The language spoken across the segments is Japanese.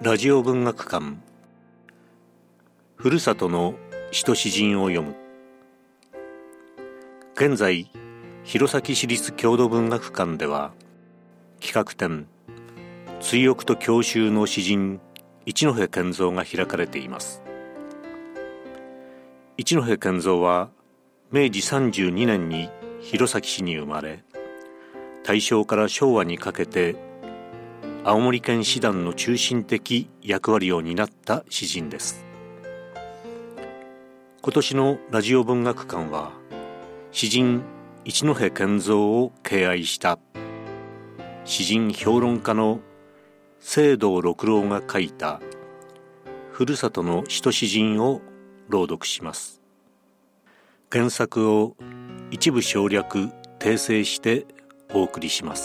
ラジオ文学館、ふるさとの詩と詩人を読む。現在、弘前市立郷土文学館では企画展追憶と郷愁の詩人一戸建三が開かれています。一戸建三は明治32年に弘前市に生まれ、大正から昭和にかけて青森県詩壇の中心的役割を担った詩人です。今年のラジオ文学館は詩人一戸建三を敬愛した詩人評論家の清道六郎が書いたふるさとの詩と詩人を朗読します。原作を一部省略訂正してお送りします。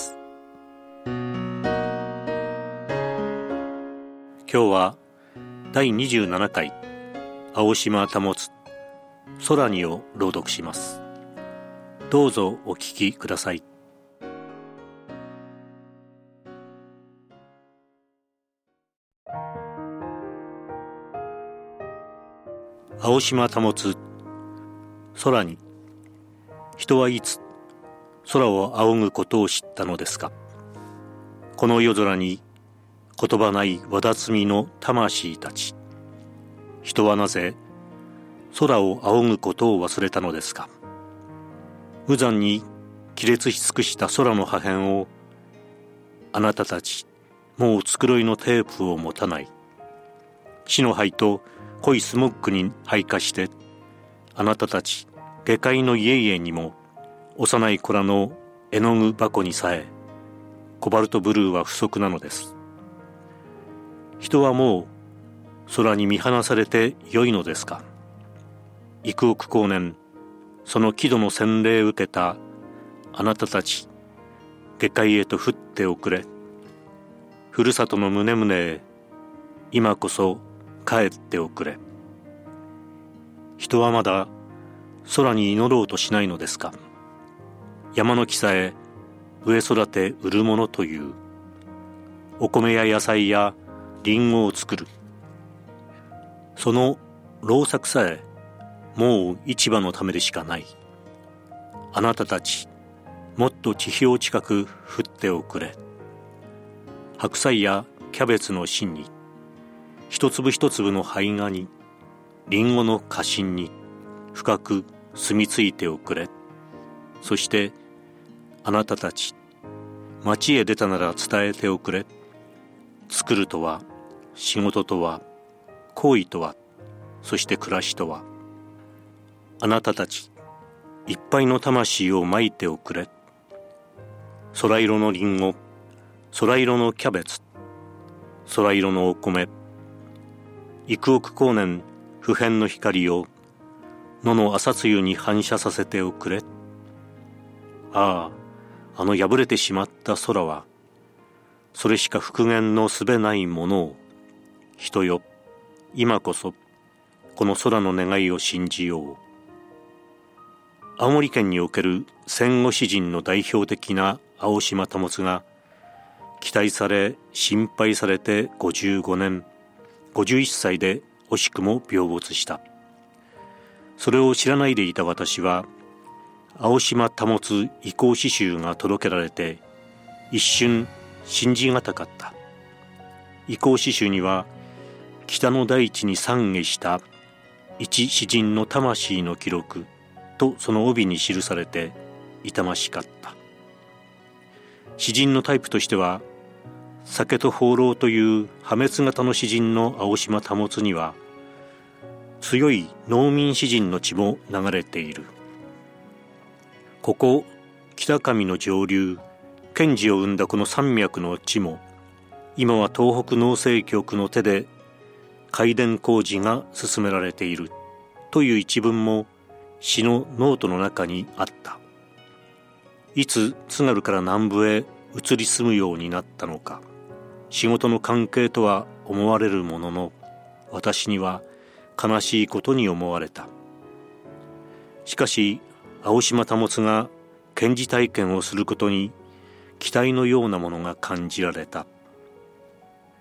今日は第27回青島保空にを朗読します。どうぞお聞きください。青島保空に。人はいつ空を仰ぐことを知ったのですか。この夜空に言葉ないわだつみの魂たち。人はなぜ空を仰ぐことを忘れたのですか。無残に亀裂し尽くした空の破片を、あなたたちもう繕いのテープを持たない。死の灰と濃いスモッグに配下して、あなたたち下界の家々にも幼い子らの絵の具箱にさえコバルトブルーは不足なのです。人はもう空に見放されてよいのですか。幾億光年その輝度の洗礼を受けたあなたたち、下界へと降っておくれ。ふるさとの胸々へ今こそ帰っておくれ。人はまだ空に祈ろうとしないのですか。山の木さえ植え育て売るものという、お米や野菜やリンゴを作る、その労作さえもう市場のためでしかない。あなたたちもっと地表近く降っておくれ。白菜やキャベツの芯に、一粒一粒の胚芽に、リンゴの果芯に深く住み着いておくれ。そしてあなたたち、町へ出たなら伝えておくれ。作るとは、仕事とは、行為とは、そして暮らしとは。あなたたち、いっぱいの魂をまいておくれ。空色のリンゴ、空色のキャベツ、空色のお米、幾億光年普遍の光を野の朝露に反射させておくれ。ああ、あの破れてしまった空は、それしか復元のすべないものを。人よ、今こそこの空の願いを信じよう。青森県における戦後詩人の代表的な青島保が、期待され心配されて55年、51歳で惜しくも病没した。それを知らないでいた私は、青島保遺構詩集が届けられて一瞬信じがたかった。遺構詩集には、北の大地に懺悔した一詩人の魂の記録とその帯に記されて痛ましかった。詩人のタイプとしては、酒と放浪という破滅型の詩人の青島保には、強い農民詩人の血も流れている。ここ北上の上流、賢治を生んだこの山脈の地も、今は東北農政局の手で開田工事が進められているという一文も詩のノートの中にあった。いつ津軽から南部へ移り住むようになったのか、仕事の関係とは思われるものの、私には悲しいことに思われた。しかし青島保が賢治体験をすることに期待のようなものが感じられた。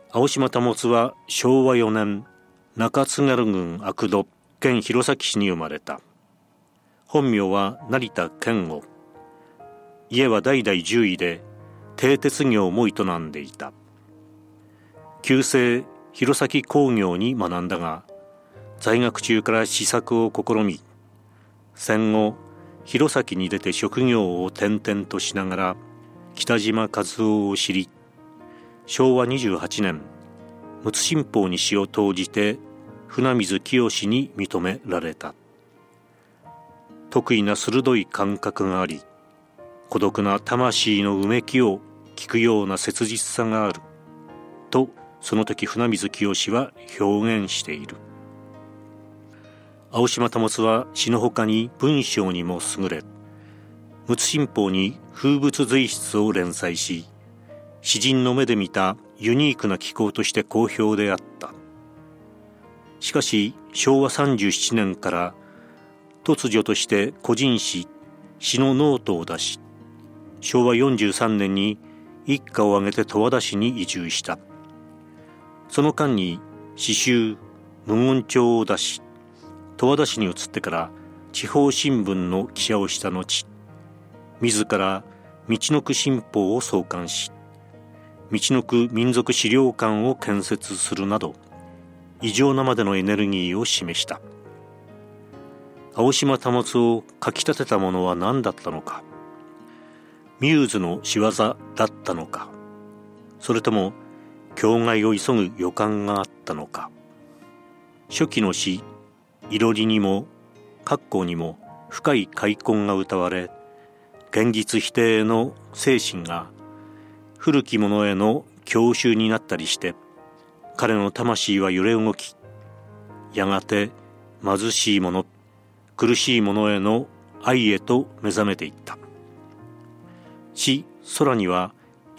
青島保は昭和4年中津軽郡阿久戸県弘前市に生まれた。本名は成田健吾。家は代々獣医で蹄鉄業も営んでいた。旧制弘前工業に学んだが、在学中から試作を試み、戦後弘前に出て職業を転々としながら北島和夫を知り、昭和28年陸奥新報に詩を投じて船水清に認められた。得意な鋭い感覚があり、孤独な魂のうめきを聞くような切実さがあると、その時船水清は表現している。青島保は詩のほかに文章にも優れ、陸奥新報に風物随筆を連載し、詩人の目で見たユニークな気候として好評であった。しかし昭和37年から突如として個人詩のノートを出し、昭和43年に一家を挙げて十和田市に移住した。その間に詩集無言帳を出し、十和田市に移ってから地方新聞の記者をした後、自らみちのく新報を創刊し、みちのく民族資料館を建設するなど、異常なまでのエネルギーを示した。青島保をかきたてたものは何だったのか。ミューズの仕業だったのか、それとも境外を急ぐ予感があったのか。初期の詩いろりにも格好にも深い開墾が歌われ、現実否定の精神が古きものへの郷愁になったりして、彼の魂は揺れ動き、やがて貧しいもの、苦しいものへの愛へと目覚めていった。詩空には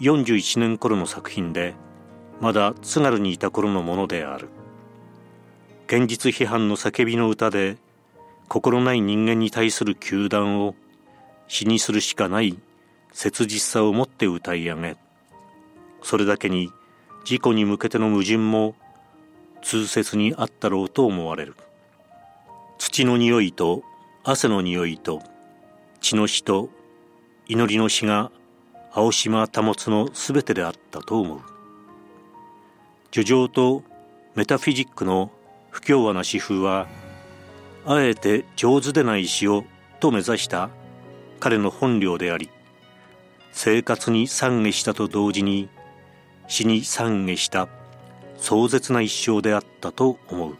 41年頃の作品で、まだ津軽にいた頃のものである。現実批判の叫びの歌で、心ない人間に対する糾弾を詩にするしかない切実さをもって歌い上げ、それだけに自己に向けての矛盾も痛切にあったろうと思われる。土の匂いと汗の匂いと血の詩と祈りの詩が青島保のすべてであったと思う。叙情とメタフィジックの不協和な詩風は、あえて上手でない詩をと目指した彼の本領であり、生活に懺悔したと同時に詩に懺悔した壮絶な一生であったと思う。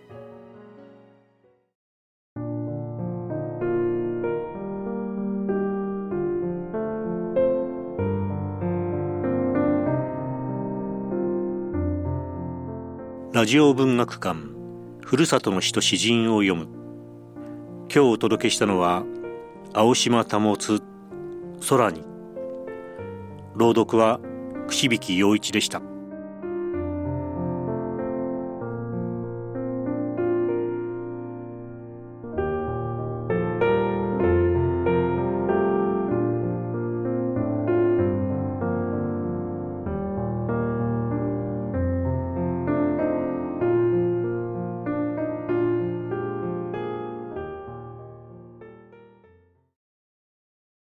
ラジオ文学館、ふるさとの詩と詩人を読む。今日お届けしたのは青島保空に。朗読は串引陽一でした。